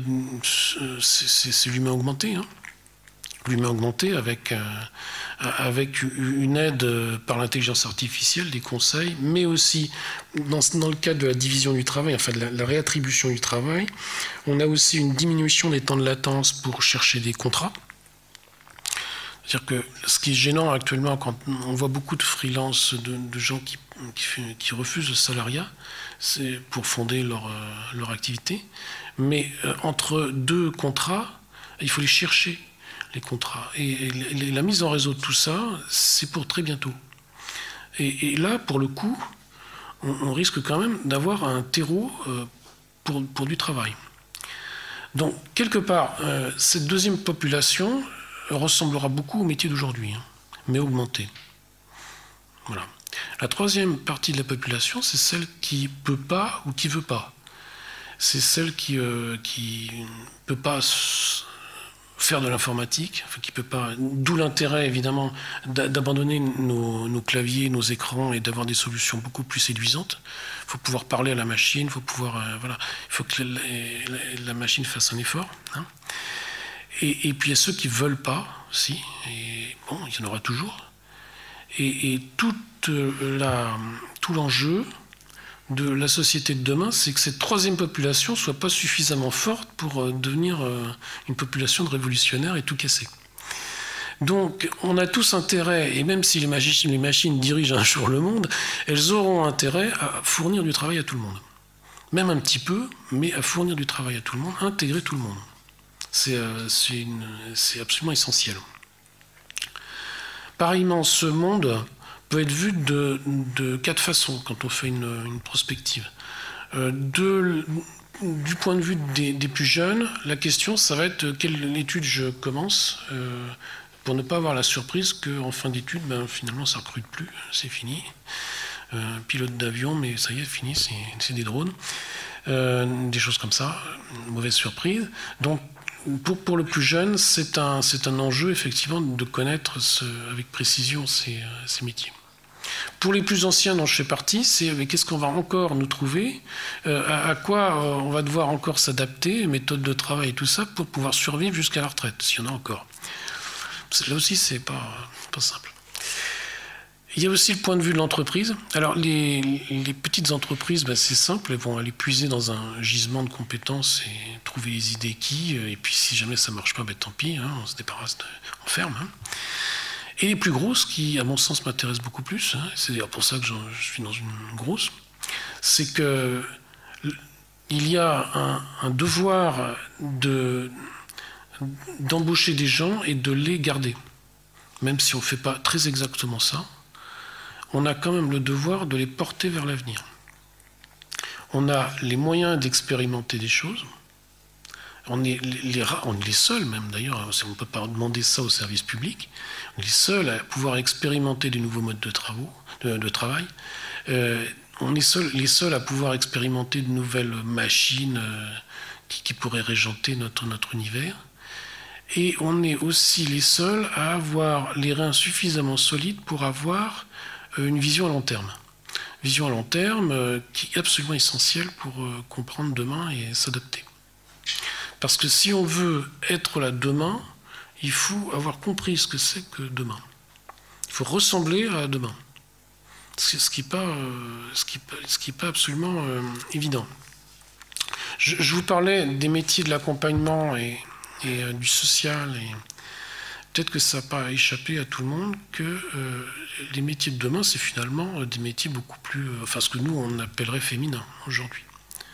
c'est l'humain augmenté, hein. L'humain augmenté avec, euh, avec une aide par l'intelligence artificielle, des conseils, mais aussi dans, dans le cadre de la division du travail, enfin de la, la réattribution du travail, on a aussi une diminution des temps de latence pour chercher des contrats. C'est-à-dire que ce qui est gênant actuellement, quand on voit beaucoup de freelance, de, de gens qui, qui, qui refusent le salariat, c'est pour fonder leur, leur activité. Mais euh, entre deux contrats, il faut les chercher, les contrats. Et, et la mise en réseau de tout ça, c'est pour très bientôt. Et, et là, pour le coup, on, on risque quand même d'avoir un terreau euh, pour, pour du travail. Donc, quelque part, euh, cette deuxième population ressemblera beaucoup au métier d'aujourd'hui, hein, mais augmenté. Voilà. La troisième partie de la population, c'est celle qui ne peut pas ou qui ne veut pas. C'est celle qui ne euh, qui peut pas faire de l'informatique, enfin, qui peut pas. D'où l'intérêt, évidemment, d'abandonner nos, nos claviers, nos écrans et d'avoir des solutions beaucoup plus séduisantes. Il faut pouvoir parler à la machine, il faut pouvoir. Euh, voilà. Il faut que la, la, la machine fasse un effort. Hein. Et, et puis il y a ceux qui ne veulent pas, si, et bon, il y en aura toujours. Et, et toute la, tout l'enjeu de la société de demain, c'est que cette troisième population ne soit pas suffisamment forte pour devenir une population de révolutionnaires et tout casser. Donc on a tous intérêt, et même si les machines, les machines dirigent un jour le monde, elles auront intérêt à fournir du travail à tout le monde. Même un petit peu, mais à fournir du travail à tout le monde, à intégrer tout le monde. C'est euh, absolument essentiel. Pareillement, ce monde peut être vu de, de quatre façons quand on fait une, une prospective. Euh, de, du point de vue des, des plus jeunes, la question, ça va être quelle étude je commence euh, pour ne pas avoir la surprise qu'en fin d'étude, ben, finalement, ça ne recrute plus, c'est fini. Euh, pilote d'avion, mais ça y est, fini, c'est des drones. Euh, des choses comme ça, mauvaise surprise. Donc, Pour, pour le plus jeune, c'est un, c'est un enjeu, effectivement, de connaître ce, avec précision ces, ces métiers. Pour les plus anciens dont je fais partie, c'est qu'est-ce qu'on va encore nous trouver, euh, à, à quoi euh, on va devoir encore s'adapter, méthode de travail et tout ça, pour pouvoir survivre jusqu'à la retraite, s'il y en a encore. Là aussi, c'est pas, pas simple. Il y a aussi le point de vue de l'entreprise. Alors, les, les petites entreprises, ben, c'est simple, elles vont aller puiser dans un gisement de compétences et trouver les idées qui, et puis si jamais ça ne marche pas, ben, tant pis, hein, on se débarrasse, de, on ferme. Hein. Et les plus grosses, qui, à mon sens, m'intéressent beaucoup plus, hein, c'est d'ailleurs pour ça que je suis dans une grosse, c'est que il y a un, un devoir de, d'embaucher des gens et de les garder. Même si on ne fait pas très exactement ça, on a quand même le devoir de les porter vers l'avenir. On a les moyens d'expérimenter des choses. On est les, les, on est les seuls, même d'ailleurs, on ne peut pas demander ça au service public, on est les seuls à pouvoir expérimenter des nouveaux modes de, travaux, de, de travail. Euh, on est seul, les seuls à pouvoir expérimenter de nouvelles machines euh, qui, qui pourraient régenter notre, notre univers. Et on est aussi les seuls à avoir les reins suffisamment solides pour avoir une vision à long terme. Vision à long terme euh, qui est absolument essentielle pour euh, comprendre demain et s'adapter. Parce que si on veut être là demain, il faut avoir compris ce que c'est que demain. Il faut ressembler à demain. Ce qui n'est pas, euh, ce qui, ce qui est pas absolument euh, évident. Je, je vous parlais des métiers de l'accompagnement et, et euh, du social. Et peut-être que ça n'a pas échappé à tout le monde que euh, les métiers de demain, c'est finalement euh, des métiers beaucoup plus... Euh, enfin, ce que nous, on appellerait féminin aujourd'hui.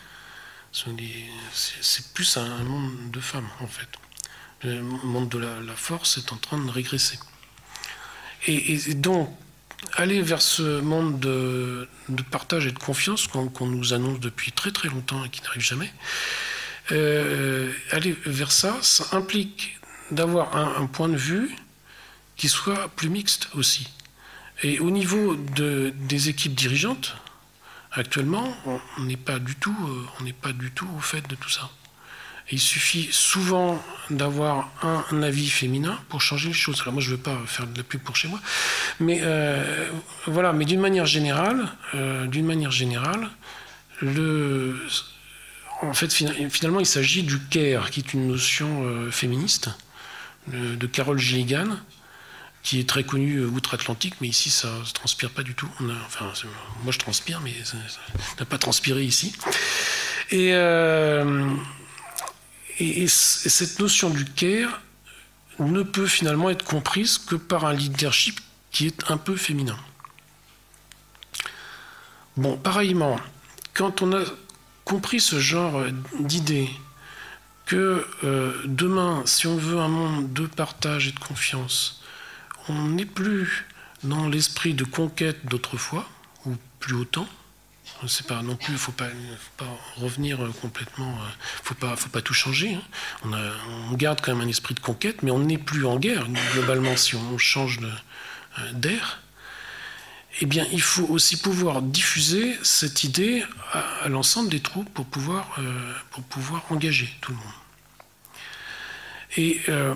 C'est plus un monde de femmes, en fait. Le monde de la, la force est en train de régresser. Et, et donc, aller vers ce monde de, de partage et de confiance qu'on qu'on nous annonce depuis très très longtemps et qui n'arrive jamais, euh, aller vers ça, ça implique d'avoir un, un point de vue qui soit plus mixte aussi. Et au niveau de, des équipes dirigeantes, actuellement, on n'est pas du tout, on n'est pas du tout au fait de tout ça. Et il suffit souvent d'avoir un, un avis féminin pour changer les choses. Alors moi, je ne veux pas faire de la pub pour chez moi, mais euh, voilà. Mais d'une manière générale, euh, d'une manière générale, le, en fait, finalement, il s'agit du care, qui est une notion euh, féministe de, de Carol Gilligan, qui est très connue outre-Atlantique, mais ici, ça ne transpire pas du tout. On a, enfin, moi, je transpire, mais ça n'a pas transpiré ici. Et, euh, et, et cette notion du care ne peut finalement être comprise que par un leadership qui est un peu féminin. Bon, pareillement, quand on a compris ce genre d'idée, que euh, demain, si on veut un monde de partage et de confiance, on n'est plus dans l'esprit de conquête d'autrefois, ou plus autant. C'est pas non plus, il ne faut pas, faut pas revenir complètement, il ne faut pas, faut pas tout changer. Hein. On, a, on garde quand même un esprit de conquête, mais on n'est plus en guerre, globalement, si on change d'air. Eh bien, il faut aussi pouvoir diffuser cette idée à, à l'ensemble des troupes pour pouvoir, euh, pour pouvoir engager tout le monde. Et euh,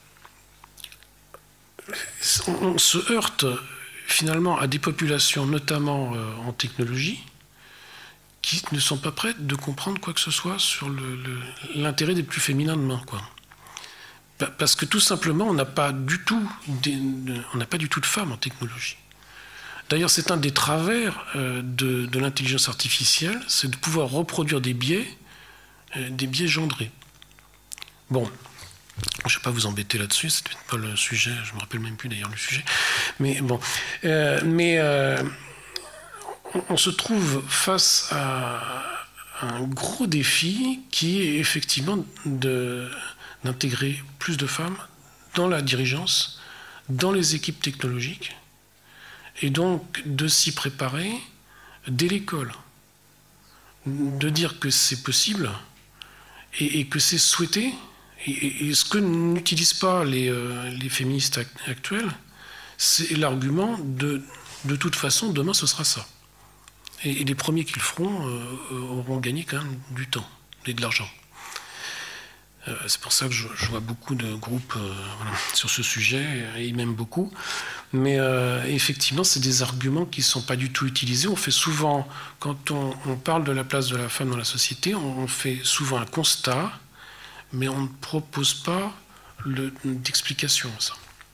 on se heurte finalement à des populations, notamment euh, en technologie, qui ne sont pas prêtes de comprendre quoi que ce soit sur l'intérêt des plus féminins demain, quoi. Parce que tout simplement, on n'a pas du tout, des, on n'a pas du tout de femmes en technologie. D'ailleurs, c'est un des travers euh, de, de l'intelligence artificielle, c'est de pouvoir reproduire des biais, euh, des biais gendrés. Bon. Je ne vais pas vous embêter là-dessus, c'est peut-être pas le sujet, je ne me rappelle même plus d'ailleurs le sujet. Mais bon, euh, mais euh, on, on se trouve face à un gros défi qui est effectivement d'intégrer plus de femmes dans la dirigeance, dans les équipes technologiques, et donc de s'y préparer dès l'école. De dire que c'est possible et, et que c'est souhaité. Et, et ce que n'utilisent pas les, euh, les féministes actuels, c'est l'argument de de toute façon, demain ce sera ça. Et, et les premiers qui le feront euh, auront gagné quand même du temps et de l'argent. Euh, c'est pour ça que je, je vois beaucoup de groupes euh, voilà, sur ce sujet, et ils m'aiment beaucoup. Mais euh, effectivement, c'est des arguments qui ne sont pas du tout utilisés. On fait souvent, quand on, on parle de la place de la femme dans la société, on, on fait souvent un constat, mais on ne propose pas d'explication à ça.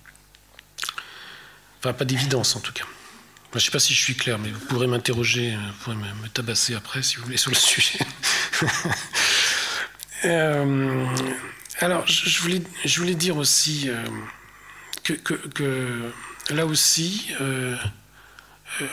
Enfin, pas d'évidence en tout cas. Je ne sais pas si je suis clair, mais vous pourrez m'interroger, vous pourrez me, me tabasser après si vous voulez sur le sujet. euh, alors, je voulais, je voulais dire aussi euh, que, que, que là aussi, euh, euh,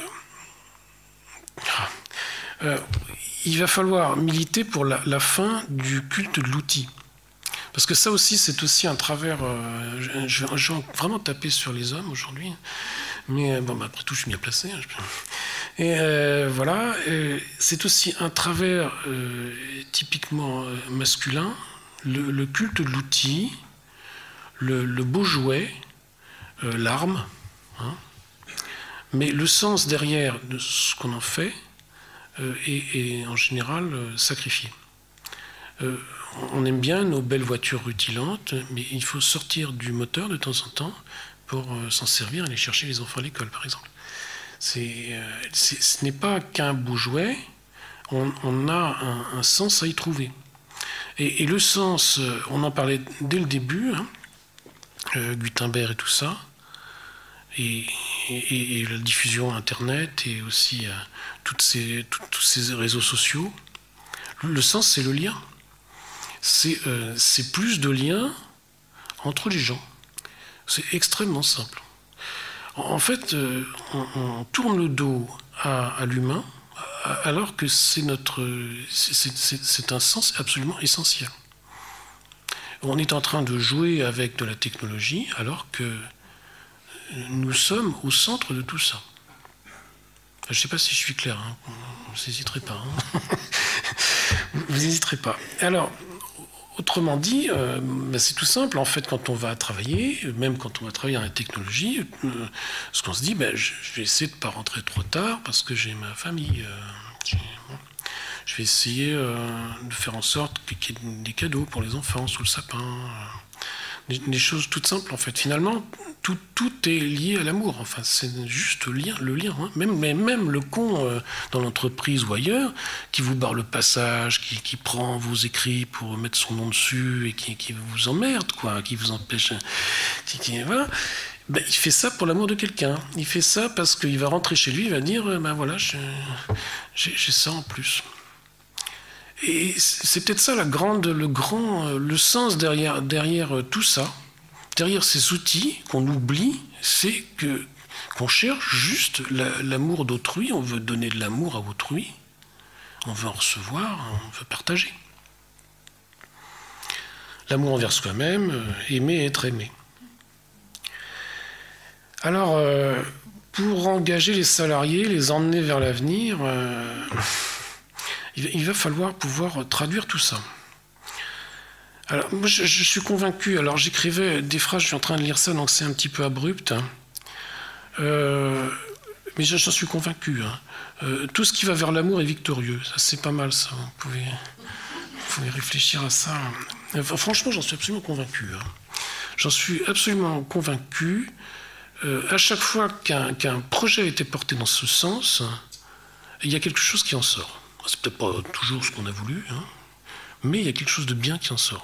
euh, il va falloir militer pour la, la fin du culte de l'outil. Parce que ça aussi, c'est aussi un travers... Euh, je, je vais vraiment taper sur les hommes aujourd'hui. Mais bon, bah, après tout, je suis bien placé. Hein, je... Et euh, voilà, c'est aussi un travers euh, typiquement euh, masculin, le, le culte de l'outil, le, le beau jouet, euh, l'arme, hein, mais le sens derrière de ce qu'on en fait euh, est, est en général euh, sacrifié. Euh, on aime bien nos belles voitures rutilantes, mais il faut sortir du moteur de temps en temps pour euh, s'en servir et aller chercher les enfants à l'école, par exemple. C'est, euh, c'est, ce n'est pas qu'un beau jouet, on, on a un, un sens à y trouver. Et, et le sens, on en parlait dès le début, hein, euh, Gutenberg et tout ça, et, et, et la diffusion Internet et aussi euh, toutes ces, tout, tous ces réseaux sociaux. Le sens, c'est le lien. c'est euh, c'est plus de liens entre les gens. C'est extrêmement simple. En fait, euh, on, on tourne le dos à, à l'humain, alors que c'est notre, c'est un sens absolument essentiel. On est en train de jouer avec de la technologie, alors que nous sommes au centre de tout ça. Je ne sais pas si je suis clair, hein. Vous n'hésiterez pas. Hein. Vous n'hésiterez pas. Alors, autrement dit, euh, ben c'est tout simple. En fait, quand on va travailler, même quand on va travailler dans la technologie, euh, ce qu'on se dit, ben, je, je vais essayer de ne pas rentrer trop tard parce que j'ai ma famille. Euh, bon. Je vais essayer euh, de faire en sorte qu'il y ait des cadeaux pour les enfants sous le sapin. Euh, des, des choses toutes simples, en fait. Finalement, tout, tout est lié à l'amour. Enfin, c'est juste le lien. Le lien hein. même, mais même le con euh, dans l'entreprise ou ailleurs, qui vous barre le passage, qui, qui prend vos écrits pour mettre son nom dessus et qui, qui vous emmerde, quoi, qui vous empêche... Qui, qui, voilà. Ben, il fait ça pour l'amour de quelqu'un. Il fait ça parce qu'il va rentrer chez lui, il va dire, ben voilà, j'ai ça en plus. Et c'est peut-être ça la grande, le grand, le sens derrière, derrière tout ça, derrière ces outils qu'on oublie, c'est que qu'on cherche juste l'amour d'autrui, on veut donner de l'amour à autrui, on veut en recevoir, on veut partager. L'amour envers soi-même, aimer et être aimé. Alors, euh, pour engager les salariés, les emmener vers l'avenir, euh, il va falloir pouvoir traduire tout ça. Alors, moi, je, je suis convaincu. Alors, j'écrivais des phrases, je suis en train de lire ça, donc c'est un petit peu abrupt. Hein. Euh, mais j'en suis convaincu. Hein. Euh, tout ce qui va vers l'amour est victorieux. Ça, c'est pas mal, ça. Vous pouvez, vous pouvez réfléchir à ça. Enfin, franchement, j'en suis absolument convaincu. Hein. J'en suis absolument convaincu. Euh, à chaque fois qu'un qu'un projet a été porté dans ce sens, il y a quelque chose qui en sort. C'est peut-être pas toujours ce qu'on a voulu, hein, mais il y a quelque chose de bien qui en sort.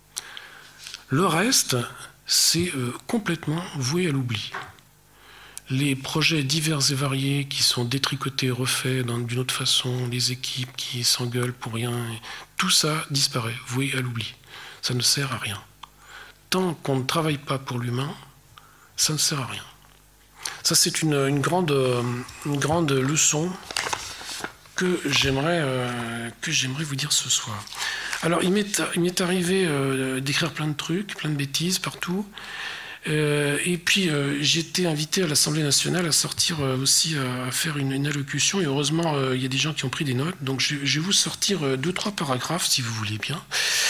Le reste, c'est euh, complètement voué à l'oubli. Les projets divers et variés qui sont détricotés, refaits d'une autre façon, les équipes qui s'engueulent pour rien, tout ça disparaît, voué à l'oubli. Ça ne sert à rien. Tant qu'on ne travaille pas pour l'humain, ça ne sert à rien. Ça, c'est une, une, grande, une grande leçon que j'aimerais euh, que j'aimerais vous dire ce soir. Alors, il m'est arrivé euh, d'écrire plein de trucs, plein de bêtises partout. Euh, et puis, euh, j'ai été invité à l'Assemblée nationale à sortir euh, aussi, euh, à faire une, une allocution. Et heureusement, euh, il y a des gens qui ont pris des notes. Donc, je, je vais vous sortir euh, deux, trois paragraphes, si vous voulez bien.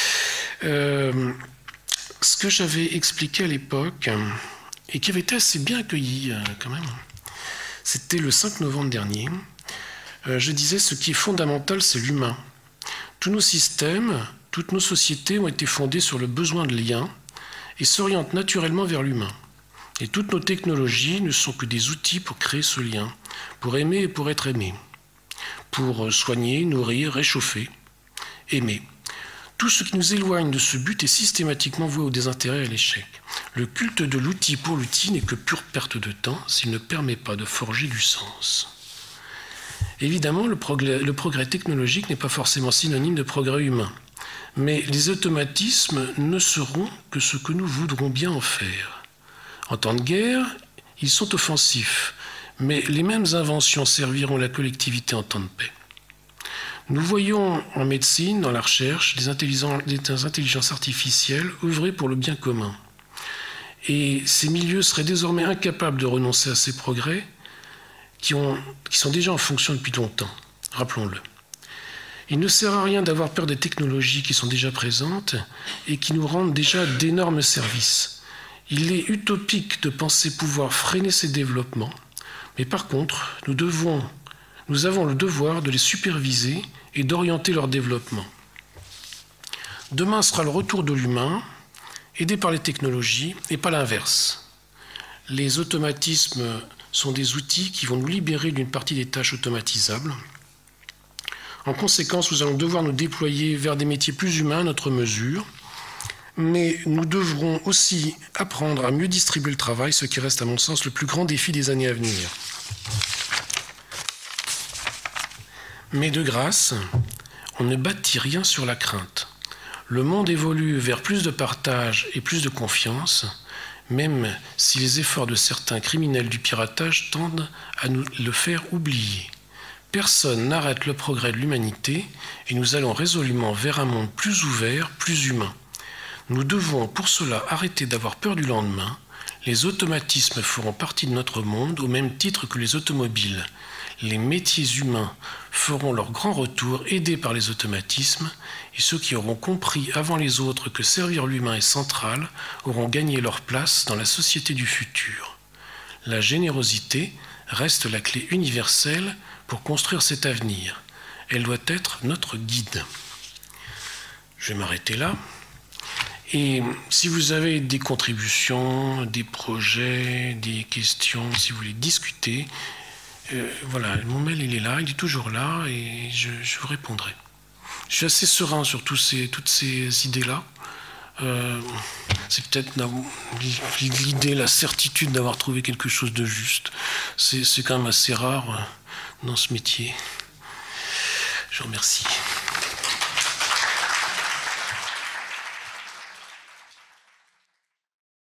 Euh, ce que j'avais expliqué à l'époque, et qui avait été assez bien accueilli, euh, quand même, c'était le cinq novembre dernier. Euh, je disais, ce qui est fondamental, c'est l'humain. Tous nos systèmes, toutes nos sociétés ont été fondées sur le besoin de lien et s'orientent naturellement vers l'humain. Et toutes nos technologies ne sont que des outils pour créer ce lien, pour aimer et pour être aimé, pour soigner, nourrir, réchauffer, aimer. Tout ce qui nous éloigne de ce but est systématiquement voué au désintérêt et à l'échec. Le culte de l'outil pour l'outil n'est que pure perte de temps s'il ne permet pas de forger du sens. Évidemment, le progrès, le progrès technologique n'est pas forcément synonyme de progrès humain. Mais les automatismes ne seront que ce que nous voudrons bien en faire. En temps de guerre, ils sont offensifs, mais les mêmes inventions serviront la collectivité en temps de paix. Nous voyons en médecine, dans la recherche, des intelligences, des intelligences artificielles œuvrer pour le bien commun. Et ces milieux seraient désormais incapables de renoncer à ces progrès qui, ont, qui sont déjà en fonction depuis longtemps, rappelons-le. Il ne sert à rien d'avoir peur des technologies qui sont déjà présentes et qui nous rendent déjà d'énormes services. Il est utopique de penser pouvoir freiner ces développements, mais par contre, nous, devons, nous avons le devoir de les superviser et d'orienter leur développement. Demain sera le retour de l'humain, aidé par les technologies, et pas l'inverse. Les automatismes sont des outils qui vont nous libérer d'une partie des tâches automatisables. En conséquence, nous allons devoir nous déployer vers des métiers plus humains à notre mesure, mais nous devrons aussi apprendre à mieux distribuer le travail, ce qui reste à mon sens le plus grand défi des années à venir. Mais de grâce, on ne bâtit rien sur la crainte. Le monde évolue vers plus de partage et plus de confiance, même si les efforts de certains criminels du piratage tendent à nous le faire oublier. Personne n'arrête le progrès de l'humanité et nous allons résolument vers un monde plus ouvert, plus humain. Nous devons pour cela arrêter d'avoir peur du lendemain. Les automatismes feront partie de notre monde au même titre que les automobiles. Les métiers humains feront leur grand retour aidés par les automatismes et ceux qui auront compris avant les autres que servir l'humain est central auront gagné leur place dans la société du futur. La générosité reste la clé universelle pour construire cet avenir. Elle doit être notre guide. Je vais m'arrêter là. Et si vous avez des contributions, des projets, des questions, si vous voulez discuter, euh, voilà, mon mail il est là, il est toujours là et je, je vous répondrai. Je suis assez serein sur tous ces, toutes ces idées-là. Euh, c'est peut-être l'idée, la certitude d'avoir trouvé quelque chose de juste. C'est, c'est quand même assez rare dans ce métier. Je vous remercie.